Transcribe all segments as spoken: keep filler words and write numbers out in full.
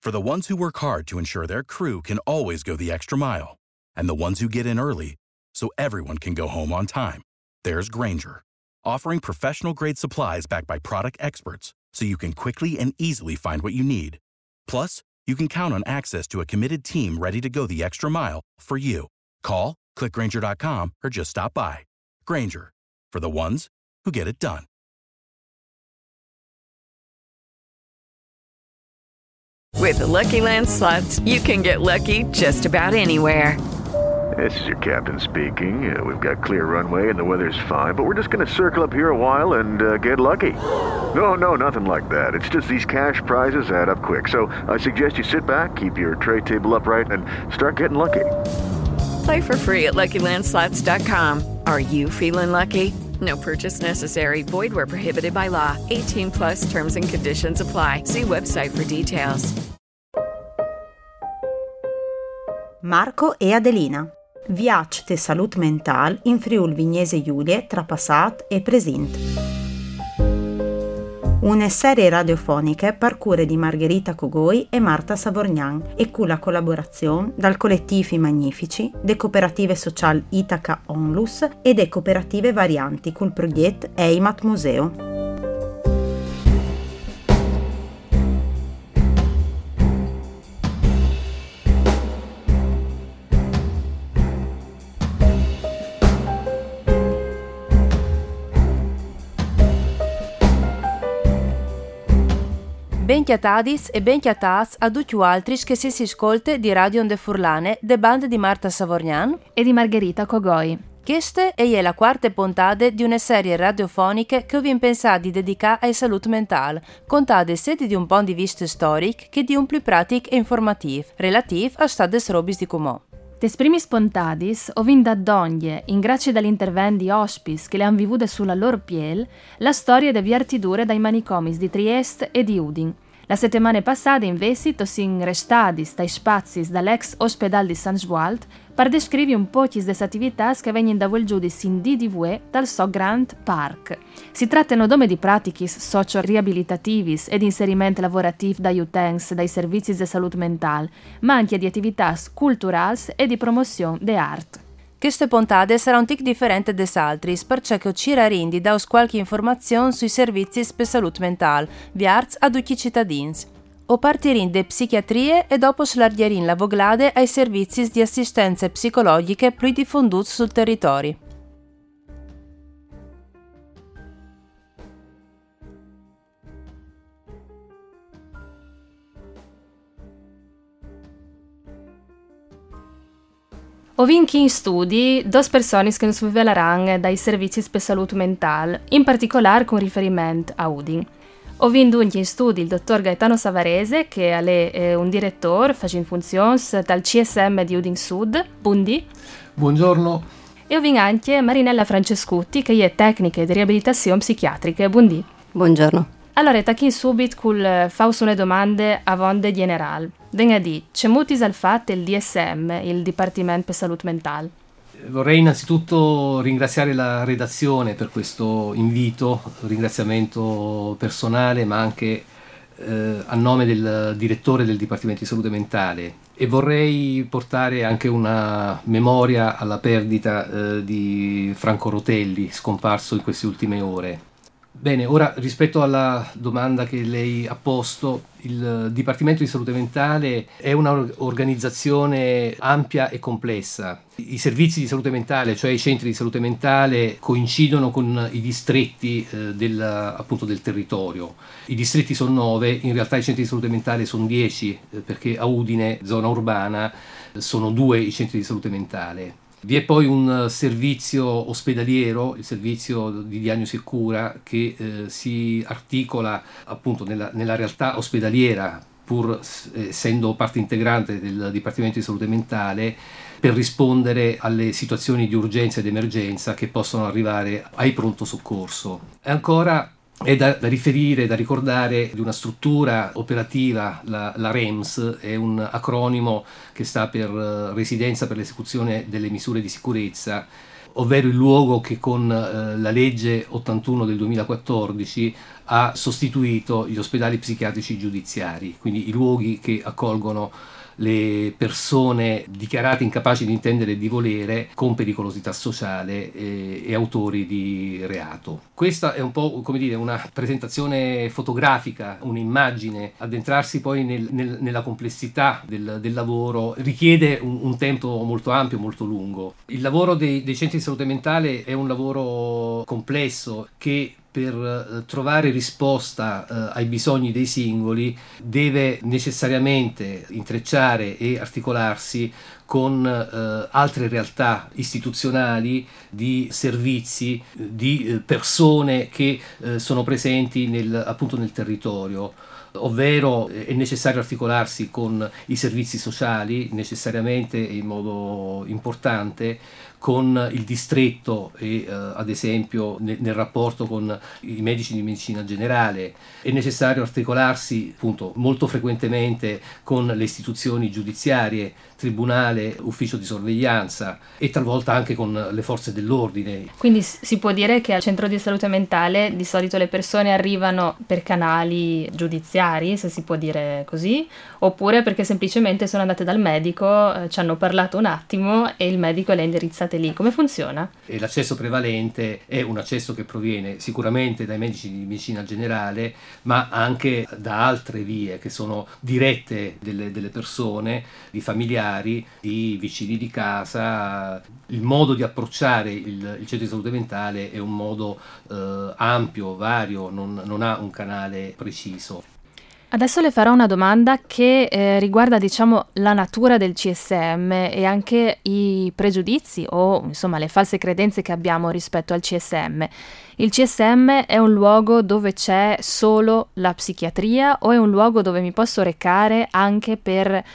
For the ones who work hard to ensure their crew can always go the extra mile, and the ones who get in early so everyone can go home on time, there's Grainger, offering professional-grade supplies backed by product experts so you can quickly and easily find what you need. Plus, you can count on access to a committed team ready to go the extra mile for you. Call, click Grainger dot com, or just stop by. Grainger, for the ones who get it done. With the Lucky Land Slots, you can get lucky just about anywhere. This is your captain speaking. Uh, we've got clear runway and the weather's fine, but we're just going to circle up here a while and uh, get lucky. No, no, nothing like that. It's just these cash prizes add up quick. So I suggest you sit back, keep your tray table upright, and start getting lucky. Play for free at Lucky Land Slots dot com. Are you feeling lucky? No purchase necessary. Void where prohibited by law. eighteen plus terms and conditions apply. See website for details. Marco e Adelina. Viaggio de salut mental in Friul Vignese Giulie tra passat e present. Una serie radiofoniche per cure di Margherita Cogoi e Marta Savorgnan e con la collaborazione dal collettivo I Magnifici, de cooperative social Itaca Onlus e de cooperative varianti col progetto Eimat Museo. Ben chiatadis e ben chiatats a tutti altri che si si ascolte di Radio Onde Furlane, de bande di Marta Savorgnan e di Margherita Cogoi. Questa è la quarta puntata di una serie radiofoniche che ho pensato di dedicare ai salute mentale, contate sia di un punto di vista storico che di un più pratico e informativo, relativo a stades robis di comò. Des primi spontadis ovin da donnie, in grazie dall'intervento di ospis che le han vivute sulla loro piel, la storia de viartidure dai manicomis di Trieste e di Udin. La settimana passata invece tosin restadis dai spazi dall'ex ospedale di San Svualt per descrivere un po' des attività che vengono da quel giudice in D D V dal so Grand Park. Si trattano dome di pratiche socio-riabilitativis ed inserimento lavorativo da utens dai servizi di salute mentale, ma anche di attività culturali e di promozione de art. Queste puntate sarà un tic differente des altris, perché che ci rarindi da qualche informazione sui servizi per salute mentale, viarz a tutti i cittadini. O partirin de psichiatrie e dopo slargherin la voglade ai servizi di assistenze psicologiche più diffonduti sul territorio. Ho vinto in studi due persone che non sveleranno dai servizi per salute mentale, in particolare con riferimento a Udin. Ho vinto dunque in studi il dottor Gaetano Savarese, che è un direttore, fa in funzione dal C S M di Udin Sud. Buondì. Buongiorno. E ho vinto anche Marinella Francescutti, che è tecnica di riabilitazione psichiatrica. Buondì. Buongiorno. Allora, tacchi subito con fauso une domande a vonde general. Denga di, c'è mutis al fatto il D S M, il Dipartimento per Salute Mentale? Vorrei innanzitutto ringraziare la redazione per questo invito, un ringraziamento personale ma anche eh, a nome del direttore del Dipartimento di Salute Mentale, e vorrei portare anche una memoria alla perdita eh, di Franco Rotelli, scomparso in queste ultime ore. Bene, ora rispetto alla domanda che lei ha posto, il Dipartimento di Salute Mentale è un'organizzazione ampia e complessa. I servizi di salute mentale, cioè i centri di salute mentale, coincidono con i distretti eh, del, appunto del territorio. I distretti sono nove, in realtà i centri di salute mentale sono dieci, eh, perché a Udine, zona urbana, sono due i centri di salute mentale. Vi è poi un servizio ospedaliero, il servizio di diagnosi e cura, che eh, si articola appunto nella, nella realtà ospedaliera, pur essendo parte integrante del Dipartimento di Salute Mentale, per rispondere alle situazioni di urgenza ed emergenza che possono arrivare ai pronto soccorso. E ancora è da, da riferire, da ricordare di una struttura operativa, la, la REMS, è un acronimo che sta per uh, Residenza per l'esecuzione delle misure di sicurezza, ovvero il luogo che con eh, la legge ottantuno del duemilaquattordici ha sostituito gli ospedali psichiatrici giudiziari, quindi i luoghi che accolgono le persone dichiarate incapaci di intendere e di volere con pericolosità sociale e, e autori di reato. Questa è un po', come dire, una presentazione fotografica, un'immagine. Addentrarsi poi nel, nel, nella complessità del, del lavoro richiede un, un tempo molto ampio, molto lungo. Il lavoro dei, dei centri di salute mentale è un lavoro complesso che per trovare risposta eh, ai bisogni dei singoli deve necessariamente intrecciare e articolarsi con eh, altre realtà istituzionali, di servizi, di eh, persone che eh, sono presenti nel, appunto nel territorio. Ovvero è necessario articolarsi con i servizi sociali, necessariamente e in modo importante, con il distretto e eh, ad esempio nel, nel rapporto con i medici di medicina generale. È necessario articolarsi appunto molto frequentemente con le istituzioni giudiziarie, tribunale, ufficio di sorveglianza e talvolta anche con le forze dell'ordine. Quindi si può dire che al centro di salute mentale di solito le persone arrivano per canali giudiziari, se si può dire così, oppure perché semplicemente sono andate dal medico, eh, ci hanno parlato un attimo e il medico le ha indirizzate lì. Come funziona? E l'accesso prevalente è un accesso che proviene sicuramente dai medici di medicina generale, ma anche da altre vie che sono dirette delle, delle persone, di familiari, di vicini di casa. Il modo di approcciare il, il centro di salute mentale è un modo eh, ampio, vario, non, non ha un canale preciso. Adesso le farò una domanda che eh, riguarda, diciamo, la natura del C S M e anche i pregiudizi o, insomma, le false credenze che abbiamo rispetto al C S M. Il C S M è un luogo dove c'è solo la psichiatria o è un luogo dove mi posso recare anche per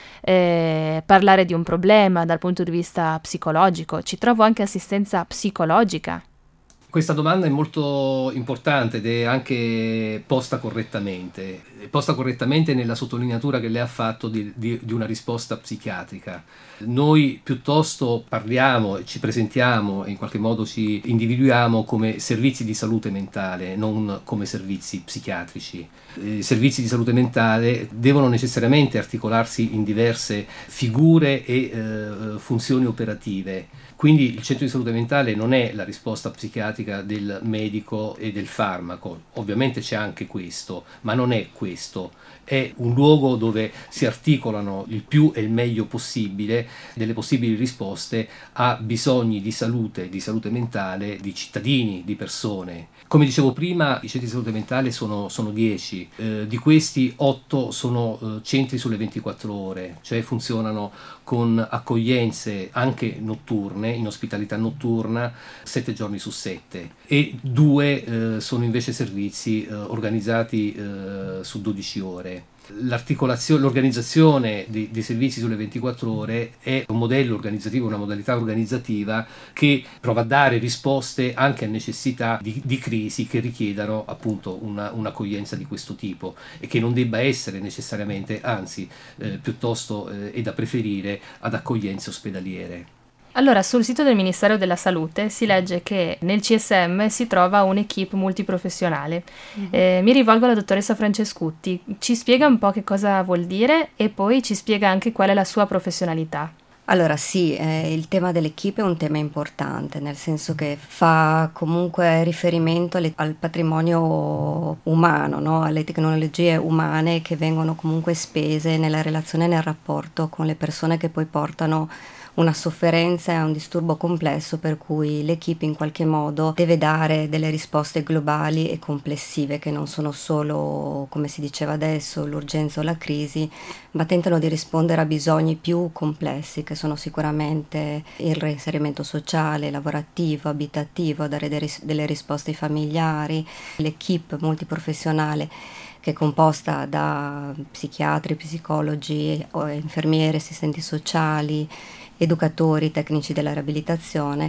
eh, parlare di un problema dal punto di vista psicologico? Ci trovo anche assistenza psicologica? Questa domanda è molto importante ed è anche posta correttamente, è posta correttamente nella sottolineatura che lei ha fatto di, di, di una risposta psichiatrica. Noi piuttosto parliamo, ci presentiamo e in qualche modo ci individuiamo come servizi di salute mentale, non come servizi psichiatrici. I servizi di salute mentale devono necessariamente articolarsi in diverse figure e eh, funzioni operative. Quindi il centro di salute mentale non è la risposta psichiatrica del medico e del farmaco, ovviamente c'è anche questo, ma non è questo. È un luogo dove si articolano il più e il meglio possibile delle possibili risposte a bisogni di salute, di salute mentale di cittadini, di persone. Come dicevo prima, i centri di salute mentale sono, sono dieci, eh, di questi otto sono eh, centri sulle ventiquattro ore, cioè funzionano con accoglienze anche notturne, in ospitalità notturna, sette giorni su sette, e due eh, sono invece servizi eh, organizzati eh, su dodici ore. L'articolazione, l'organizzazione dei, dei servizi sulle ventiquattro ore è un modello organizzativo, una modalità organizzativa che prova a dare risposte anche a necessità di, di crisi che richiedano appunto una, un'accoglienza di questo tipo e che non debba essere necessariamente, anzi eh, piuttosto eh, è da preferire ad accoglienze ospedaliere. Allora, sul sito del Ministero della Salute si legge che nel C S M si trova un'equipe multiprofessionale. Mm-hmm. Eh, mi rivolgo alla dottoressa Francescutti. Ci spiega un po' che cosa vuol dire e poi ci spiega anche qual è la sua professionalità. Allora sì, eh, il tema dell'equipe è un tema importante, nel senso che fa comunque riferimento alle, al patrimonio umano, no? Alle tecnologie umane che vengono comunque spese nella relazione e nel rapporto con le persone che poi portano una sofferenza e un disturbo complesso, per cui l'equipe in qualche modo deve dare delle risposte globali e complessive che non sono solo, come si diceva adesso, l'urgenza o la crisi, ma tentano di rispondere a bisogni più complessi che sono sicuramente il reinserimento sociale, lavorativo, abitativo, dare delle risposte ai familiari. L'equipe multiprofessionale che è composta da psichiatri, psicologi, infermieri, assistenti sociali, educatori, tecnici della riabilitazione,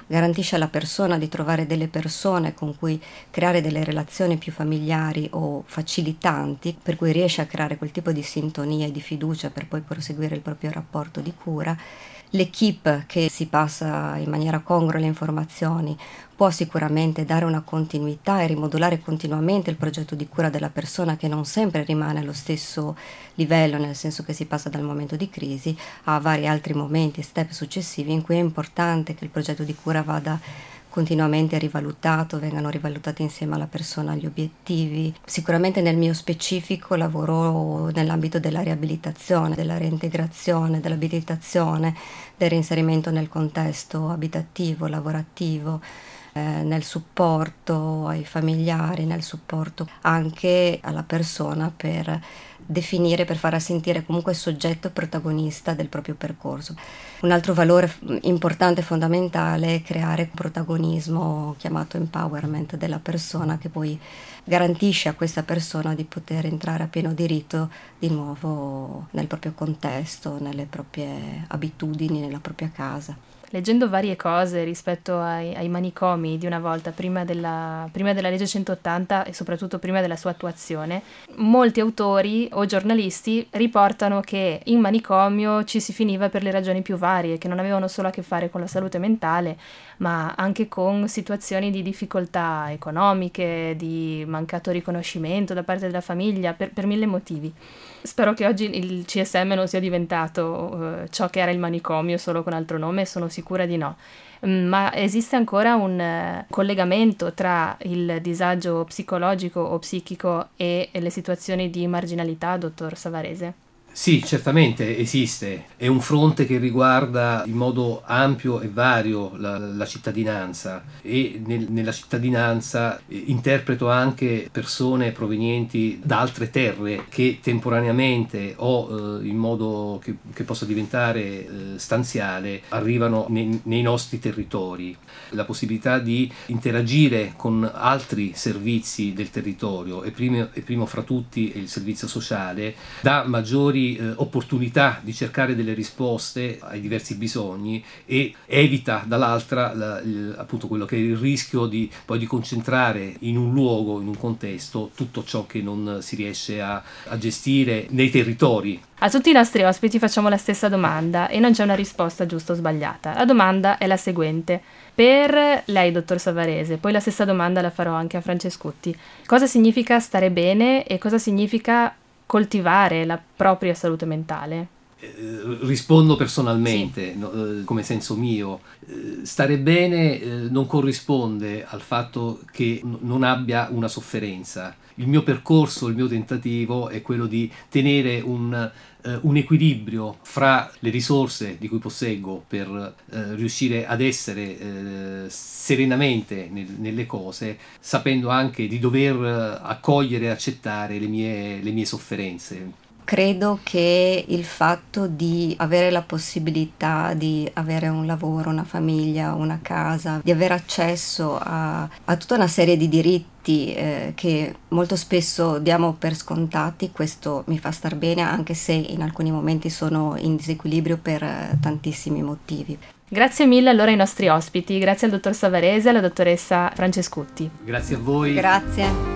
garantisce alla persona di trovare delle persone con cui creare delle relazioni più familiari o facilitanti, per cui riesce a creare quel tipo di sintonia e di fiducia per poi proseguire il proprio rapporto di cura. L'equipe che si passa in maniera congrua le informazioni può sicuramente dare una continuità e rimodulare continuamente il progetto di cura della persona, che non sempre rimane allo stesso livello, nel senso che si passa dal momento di crisi a vari altri momenti e step successivi in cui è importante che il progetto di cura vada continuamente rivalutato, vengano rivalutati insieme alla persona gli obiettivi. Sicuramente nel mio specifico lavoro nell'ambito della riabilitazione, della reintegrazione, dell'abilitazione, del reinserimento nel contesto abitativo, lavorativo, eh, nel supporto ai familiari, nel supporto anche alla persona per definire, per farla sentire comunque soggetto protagonista del proprio percorso. Un altro valore importante e fondamentale è creare un protagonismo chiamato empowerment della persona, che poi garantisce a questa persona di poter entrare a pieno diritto di nuovo nel proprio contesto, nelle proprie abitudini, nella propria casa. Leggendo varie cose rispetto ai, ai manicomi di una volta, prima della, prima della legge centottanta e soprattutto prima della sua attuazione, molti autori o giornalisti riportano che in manicomio ci si finiva per le ragioni più varie, che non avevano solo a che fare con la salute mentale, ma anche con situazioni di difficoltà economiche, di mancato riconoscimento da parte della famiglia, per, per mille motivi. Spero che oggi il C S M non sia diventato uh, ciò che era il manicomio solo con altro nome, sono sicura di no. Ma esiste ancora un uh, collegamento tra il disagio psicologico o psichico e, e le situazioni di marginalità, dottor Savarese? Sì, certamente esiste, è un fronte che riguarda in modo ampio e vario la, la cittadinanza, e nel, nella cittadinanza eh, interpreto anche persone provenienti da altre terre che temporaneamente o eh, in modo che, che possa diventare eh, stanziale arrivano nei, nei nostri territori. La possibilità di interagire con altri servizi del territorio, e primo, e primo fra tutti il servizio sociale, dà maggiori Eh, opportunità di cercare delle risposte ai diversi bisogni, e evita dall'altra la, il, appunto quello che è il rischio di poi di concentrare in un luogo, in un contesto, tutto ciò che non si riesce a, a gestire nei territori. A tutti i nostri ospiti facciamo la stessa domanda e non c'è una risposta giusta o sbagliata. La domanda è la seguente: per lei, dottor Savarese, poi la stessa domanda la farò anche a Francescutti, cosa significa stare bene e cosa significa coltivare la propria salute mentale? Eh, rispondo personalmente, sì. no, eh, come senso mio. Eh, stare bene eh, non corrisponde al fatto che n- non abbia una sofferenza. Il mio percorso, il mio tentativo è quello di tenere un, eh, un equilibrio fra le risorse di cui posseggo per eh, riuscire ad essere eh, serenamente nel, nelle cose, sapendo anche di dover accogliere e accettare le mie, le mie sofferenze. Credo che il fatto di avere la possibilità di avere un lavoro, una famiglia, una casa, di avere accesso a, a tutta una serie di diritti eh, che molto spesso diamo per scontati, questo mi fa star bene, anche se in alcuni momenti sono in disequilibrio per eh, tantissimi motivi. Grazie mille allora ai nostri ospiti, grazie al dottor Savarese e alla dottoressa Francescutti. Grazie a voi. Grazie.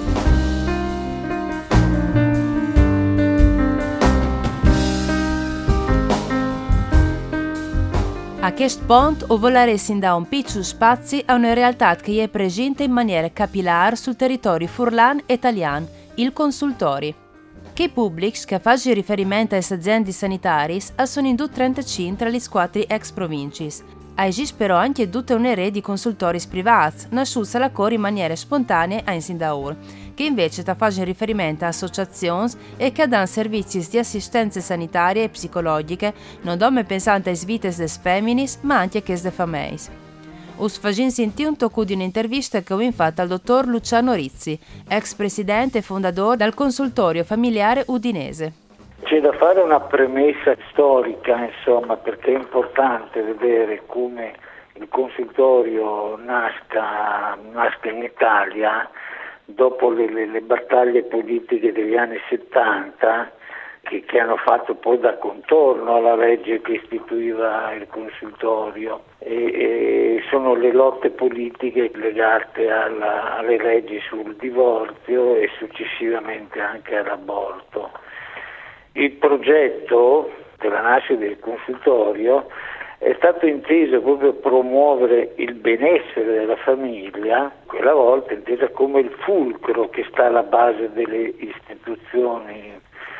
A questo punto ho volersi da un piccolo spazio a una realtà che è presente in maniera capillare sul territorio furlan italiano, il consultori. Che Publix, che fa riferimento alle aziende sanitarie, sono in trentacinque tra le quattro ex province. Esiste però anche tutta una rete di consultori privati, nasciuti alla cor in maniera spontanea a Insindaur, che invece fanno riferimento a associazioni e che danno servizi di assistenza sanitaria e psicologiche, non solo pensando alle vite delle femmine, ma anche a quelle delle famiglie. Us facin sentire un tocco di un'intervista che ho fatto al dottor Luciano Rizzi, ex presidente e fondatore del consultorio familiare udinese. C'è da fare una premessa storica, insomma, perché è importante vedere come il consultorio nasca, nasca in Italia dopo le, le, le battaglie politiche degli anni settanta, che, che hanno fatto poi da contorno alla legge che istituiva il consultorio, e, e sono le lotte politiche legate alla, alle leggi sul divorzio e successivamente anche all'aborto. Il progetto della nascita del consultorio è stato inteso proprio promuovere il benessere della famiglia, quella volta intesa come il fulcro che sta alla base delle istituzioni.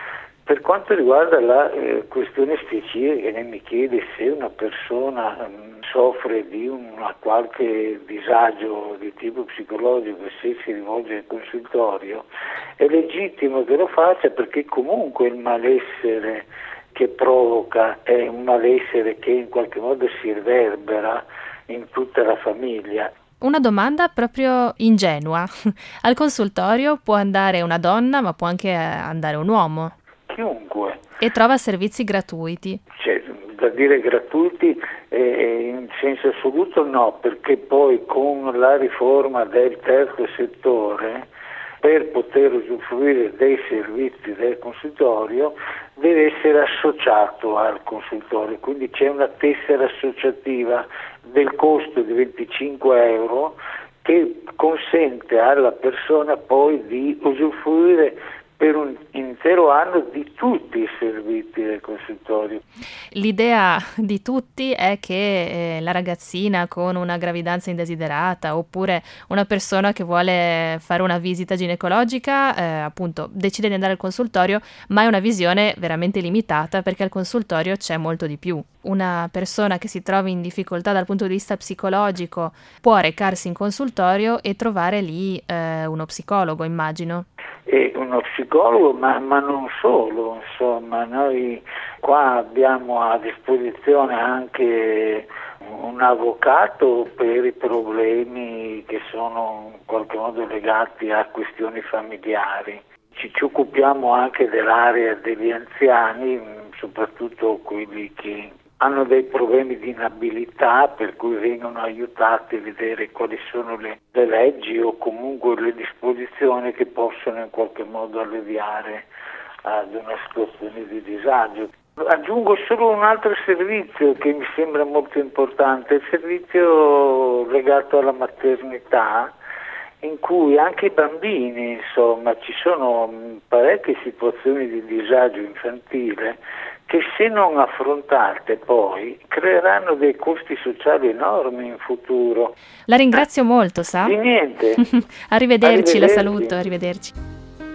Per quanto riguarda la eh, questione specifica, lei mi chiede se una persona mh, soffre di una qualche disagio di tipo psicologico e se si rivolge al consultorio, è legittimo che lo faccia, perché comunque il malessere che provoca è un malessere che in qualche modo si riverbera in tutta la famiglia. Una domanda proprio ingenua. Al consultorio può andare una donna, ma può anche andare un uomo. Chiunque. E trova servizi gratuiti. Cioè, da dire gratuiti eh, in senso assoluto no, perché poi con la riforma del terzo settore, per poter usufruire dei servizi del consultorio deve essere associato al consultorio, quindi c'è una tessera associativa del costo di venticinque euro che consente alla persona poi di usufruire per un intero anno di tutti i servizi del consultorio. L'idea di tutti è che eh, la ragazzina con una gravidanza indesiderata oppure una persona che vuole fare una visita ginecologica eh, appunto decide di andare al consultorio, ma è una visione veramente limitata, perché al consultorio c'è molto di più. Una persona che si trovi in difficoltà dal punto di vista psicologico può recarsi in consultorio e trovare lì eh, uno psicologo, immagino. E uno psicologo, ma, ma non solo, insomma, noi qua abbiamo a disposizione anche un avvocato per i problemi che sono in qualche modo legati a questioni familiari. Ci, ci occupiamo anche dell'area degli anziani, soprattutto quelli che hanno dei problemi di inabilità, per cui vengono aiutati a vedere quali sono le, le leggi o comunque le disposizioni che possono in qualche modo alleviare ad una situazione di disagio. Aggiungo solo un altro servizio che mi sembra molto importante, il servizio legato alla maternità, in cui anche i bambini, insomma, ci sono parecchie situazioni di disagio infantile che, se non affrontate, poi creeranno dei costi sociali enormi in futuro. La ringrazio molto, sa? Di niente. Arrivederci, Arrivederci, la saluto, arrivederci.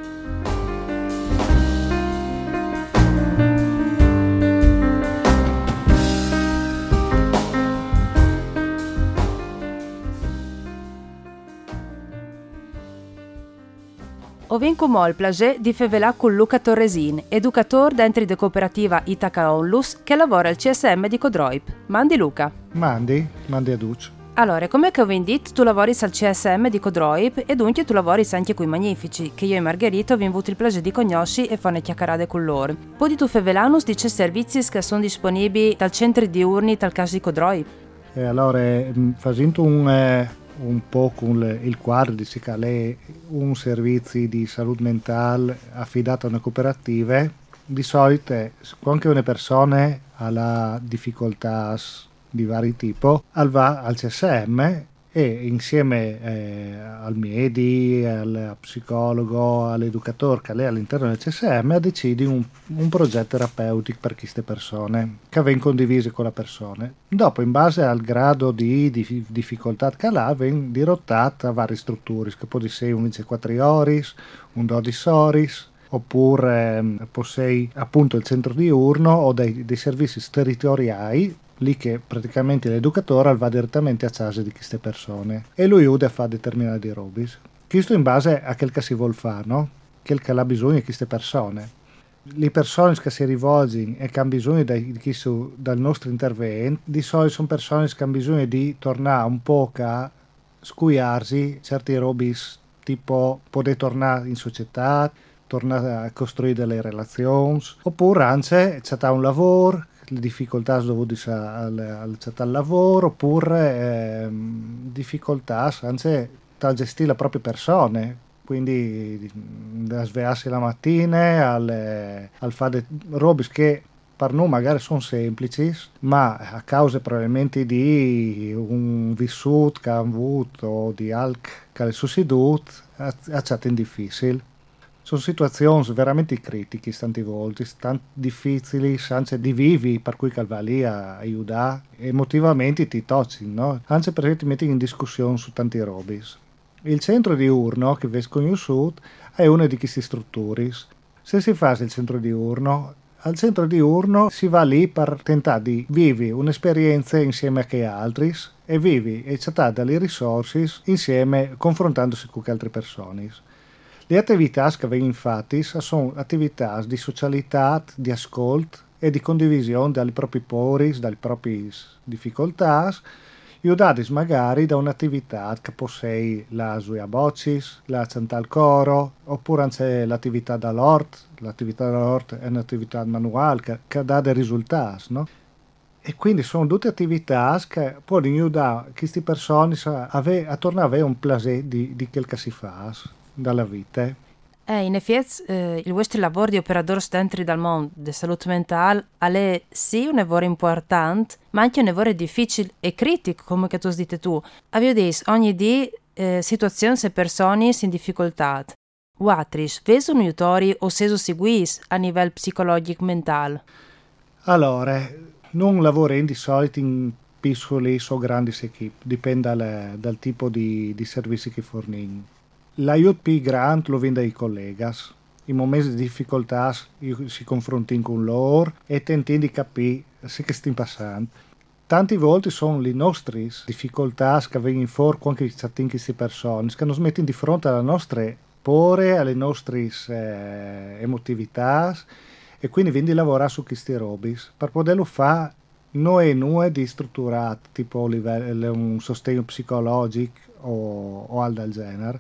Ovin cumò il plagè di fevelà con Luca Torresin, educatore dentro di cooperativa Itaca Onlus che lavora al C S M di Codroip. Mandi Luca. Mandi, mandi a Duc. Allora, come che ho detto, tu lavori al C S M di Codroip e dunque tu lavori anche con i magnifici, che io e Margherita abbiamo avuto il plagè di conosci e fare chiacchierate con loro. Poi di tu fevelanus dice servizi che sono disponibili dal centro diurni tal caso di Codroip. E allora, facendo un... Eh... un po' con le, il quadro di Sicalè, un servizio di salute mentale affidato a una cooperativa. Di solito anche una persona ha difficoltà di vari tipi, va al C S M e insieme eh, al Miedi, al psicologo, all'educatore che è all'interno del C S M decidi un, un progetto terapeutico per queste persone che vengono condivise con la persona. Dopo, in base al grado di, di difficoltà che ha, vengono dirottata a varie strutture, che può essere un ventiquattro ore, un dodici ore, oppure eh, possei appunto il centro diurno o dei, dei servizi territoriali, lì che praticamente l'educatore va direttamente a casa di queste persone e lui ude fa determinati robe. Questo in base a quel che si vuol fare, no? Quel che ha bisogno di queste persone. Le persone che si rivolgono e che hanno bisogno di, di, dal nostro intervento, di solito sono persone che hanno bisogno di tornare un po' a scuiarsi certi robe, tipo poter tornare in società, tornare a costruire delle relazioni, oppure anzi c'è un lavoro, le difficoltà dovute al, al, al lavoro, oppure eh, difficoltà anche a gestire le proprie persone, quindi da svegliarsi la mattina al, al fare robe che per noi magari sono semplici, ma a causa probabilmente di un vissuto che hanno avuto o di altro che è succeduto, è stato difficile. Sono situazioni veramente critiche, tante volte, tanto difficili, anche di vivi, per cui che va lì a aiutare, emotivamente ti tocci, no? Anche perché ti metti in discussione su tanti robi. Il centro diurno, che vi conosciuto, è una di queste strutture. Se si fa il centro diurno, al centro diurno si va lì per tentare di vivere un'esperienza insieme a altri e vivi e cercare delle risorse insieme confrontandosi con altre persone. Le attività che vengono infatti sono attività di socialità, di ascolto e di condivisione delle proprie paure, dalle proprie difficoltà, aiutati magari da un'attività che possei la sua boccis, la cantare al coro, oppure anche l'attività dall'ort. L'attività dall'ort è un'attività manuale che, che dà dei risultati, no? E quindi sono tutte attività che possono aiutare queste persone a, ave, a tornare a avere un piacere di, di quel che si fa dalla vita. Eh, in effetti, eh, il vostro lavoro di operatore dentro dal mondo della salute mentale è sì un lavoro importante, ma anche un lavoro difficile e critico, come che tu hai detto tu. Avete ogni giorno eh, situazioni e persone in difficoltà. Quattris, vedi un aiutori o se seguis a livello psicologico mentale? Allora, non lavoro di solito in piccoli o grandi equip, dipende dal, dal tipo di, di servizi che forniscono. L'aiuto più grande lo viene dai colleghi. In momenti di difficoltà si confrontano con loro e tentano di capire se che sta passando. Tante volte sono le nostre difficoltà che vengono fuori quando ci queste persone, che ci mettono di fronte alle nostre paure, alle nostre eh, emotività e quindi viene di lavorare su questi robi per poterlo fare noi e noi di strutturato, tipo a livello, un sostegno psicologico o, o altro del genere.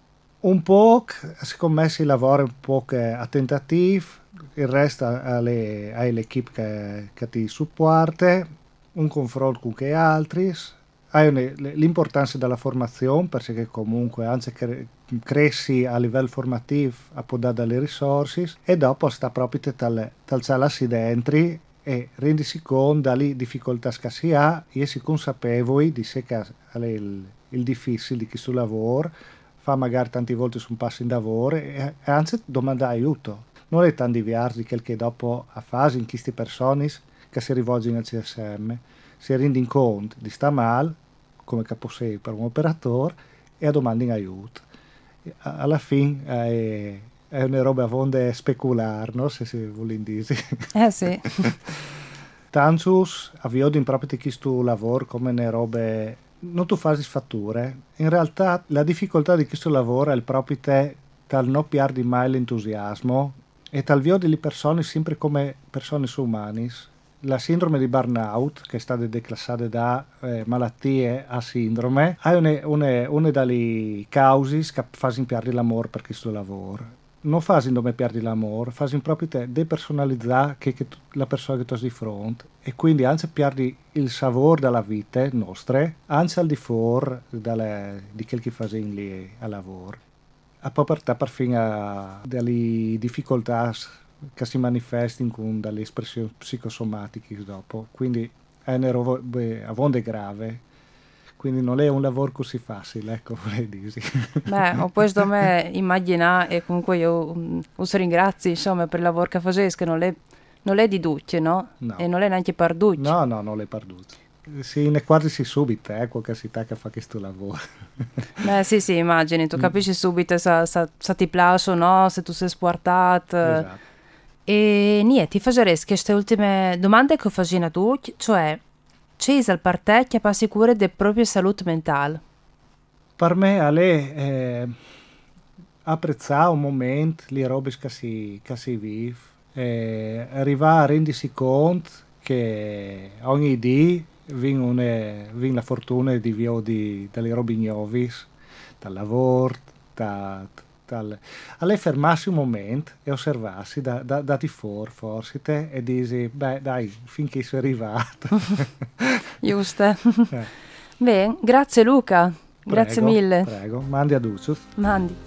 Un po', secondo me, si lavora un po' a tentativo, il resto alle, all'equipe che, che ti supporta, un confronto con che altri, hai l'importanza della formazione, perché comunque anche che cresci a livello formativo a può dare delle risorse e dopo sta proprio tal, tal salassi dentro e rendisi conto dalle difficoltà che si ha e si consapevoli di sé che è il, il difficile di questo lavoro, fa magari tante volte su un passo in lavoro e, e anzi domanda aiuto. Non è tanto diverso di quel che dopo a fase in queste persone che si rivolgono al C S M, si rendono conto di sta male, come che possiede per un operatore, e a domandare aiuto. Alla fine è, è una roba vonde speculare, no? Se si vuole dire. Eh sì. Tantus avviano proprio di questo lavoro come ne robe non tu fai fatture. In realtà la difficoltà di questo lavoro è proprio te dal non perdere mai l'entusiasmo e tal vio delle persone sempre come persone umane. La sindrome di burnout, che è stata declassata da eh, malattie a sindrome, è una, una, una delle cause che fanno perdere l'amore per questo lavoro. Non fanno come perdere l'amore, fanno proprio te depersonalizzare che, che la persona che tu hai di fronte e quindi anche perdi il sapore della vita nostra, anche al di fuori dalle, di quel che fanno lì al lavoro. A poi per te per fine a delle difficoltà che si manifestano con delle espressioni psicosomatiche dopo, quindi è una roba a vonde grave. Quindi non è un lavoro così facile, ecco, vorrei dire. Beh, ho questo me immaginare e comunque io vi ringrazio insomma per il lavoro che facessi, che non è, non è di tutti, no? No? E non è neanche perduto. No, no, non è perduto. Sì, ne quasi si subito, eh, qualche città che fa questo lavoro. Beh, sì, sì, immagini, tu capisci subito se, se, se ti piace o no, se tu sei sportato. Esatto. E niente, ti farei queste ultime domande che faccio a tutti, cioè c'è per te che passi cura della propria salute mentale? Per me è eh, apprezzare un momento le robe che si, che si vive, eh, arrivare a rendersi conto che ogni giorno viene la fortuna di vivere delle robe nuove, dal lavoro, da, dal... Allora fermarsi un momento e osservarsi da, da, da di fuori forse te, e dici, beh dai, finché sei arrivato. Giusto. Eh. Bene, grazie Luca, prego, grazie mille. Prego, mandi a Duccio. Mandi.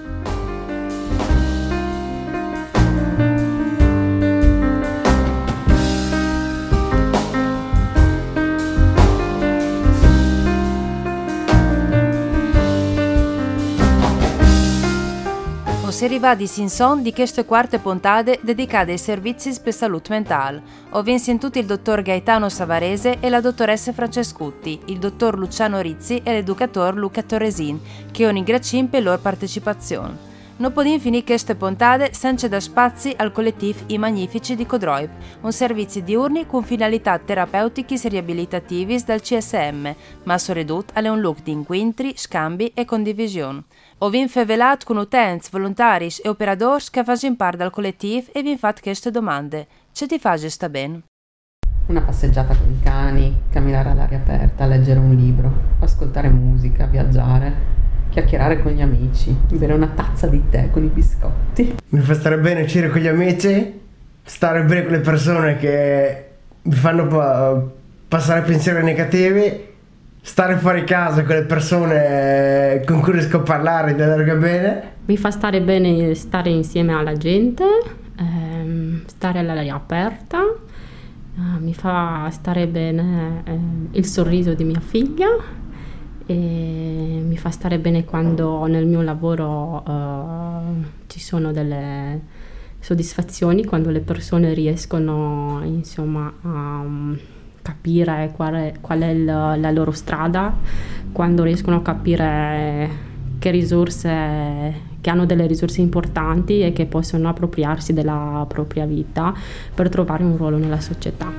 Si arriva di Sinson di queste quarte puntate dedicate ai servizi per salute mentale. Ovvien sentito il dottor Gaetano Savarese e la dottoressa Francescutti, il dottor Luciano Rizzi e l'educator Luca Torresin, che ogni gracin per loro partecipazione. Non podem finire queste puntate senza dar spazi al collettivo I Magnifici di Codroip, un servizio diurni con finalità terapeutiche e riabilitativi dal C S M, ma soprattutto alle un look di incontri, scambi e condivisione. Ho vin fevelat con utenti, volontari e operatori che fanno parte del collettivo e vi fatto queste domande. Ce ti fa sta bene? Una passeggiata con i cani, camminare all'aria aperta, leggere un libro, ascoltare musica, viaggiare, chiacchierare con gli amici, bere una tazza di tè con i biscotti. Mi fa stare bene uscire con gli amici, stare bene con le persone che mi fanno pa- passare pensieri negativi, stare fuori casa con le persone con cui riesco a parlare ed andare bene. Mi fa stare bene stare insieme alla gente, ehm, stare all'aria aperta, eh, mi fa stare bene eh, il sorriso di mia figlia e mi fa stare bene quando nel mio lavoro eh, ci sono delle soddisfazioni, quando le persone riescono insomma a capire qual è, qual è la, la loro strada, quando riescono a capire che risorse, che hanno delle risorse importanti e che possono appropriarsi della propria vita per trovare un ruolo nella società.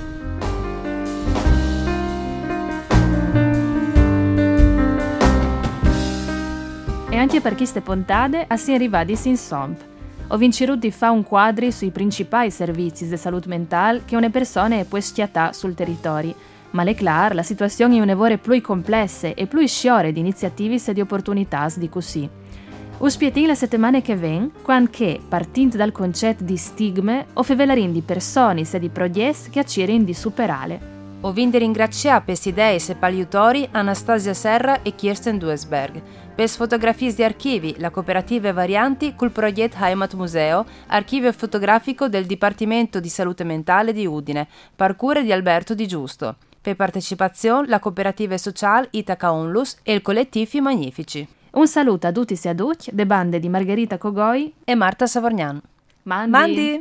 E anche per queste puntate si arriva di Sinsomp. Ho vinciuto di fare un quadro sui principali servizi di salute mentale che una persona può schiattare sul territorio, ma è chiaro, la situazione è un'evore più complessa e più sciore di iniziative e di opportunità di così. Uspietin la settimana che viene, quando che, partendo dal concetto di stigme, o fevelarin di persone e di progetti che accirin di superare. Ho vinto ringraziare per queste idee e pagliutori Anastasia Serra e Kirsten Duesberg. Per fotografie di archivi, la cooperativa Varianti col progetto Heimat Museo, archivio fotografico del Dipartimento di Salute Mentale di Udine, parcure di Alberto Di Giusto. Per partecipazione, la cooperativa sociale Itaca Onlus e il collettivo I Magnifici. Un saluto a tutti e a tutti, de bande di Margherita Cogoi e Marta Savorgnan. Mandi! Mandi.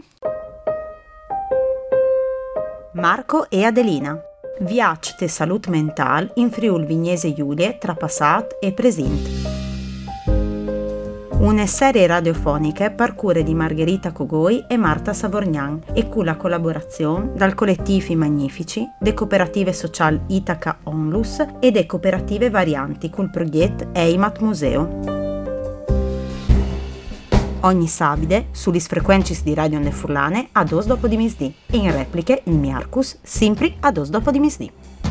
Marco e Adelina. Viaggio de salute mental in Friul Vignese Giulie tra passato e presente. Una serie radiofonica parcure di Margherita Cogoi e Marta Savorgnan e con la collaborazione dal collettivo I Magnifici, de cooperative sociali Itaca Onlus e de cooperative Varianti col progetto Heimat Museo. Ogni sabide, sulle frequenze di Radio Onde Furlane, a dos dopo di misdì, e in repliche il Miarcus, sempre a dos dopo di misdì.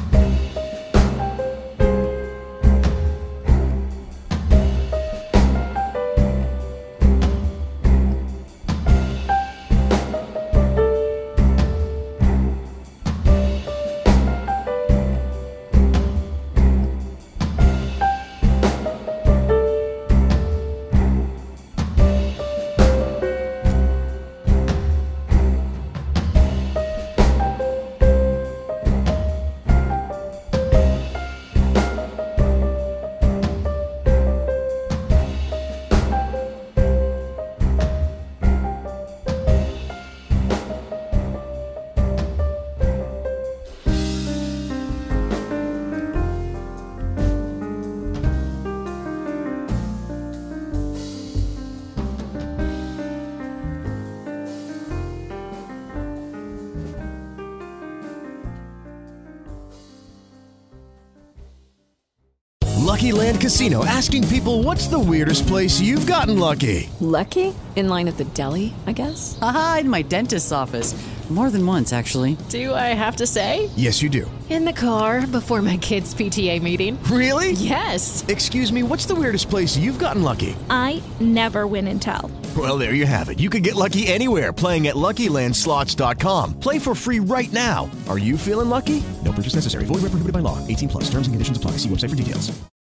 Lucky Land Casino, asking people, what's the weirdest place you've gotten lucky? Lucky? In line at the deli, I guess? Aha, in my dentist's office. More than once, actually. Do I have to say? Yes, you do. In the car before my kids' P T A meeting. Really? Yes. Excuse me, what's the weirdest place you've gotten lucky? I never win and tell. Well, there you have it. You can get lucky anywhere, playing at Lucky Land Slots dot com. Play for free right now. Are you feeling lucky? No purchase necessary. Void where prohibited by law. eighteen plus. Terms and conditions apply. See website for details.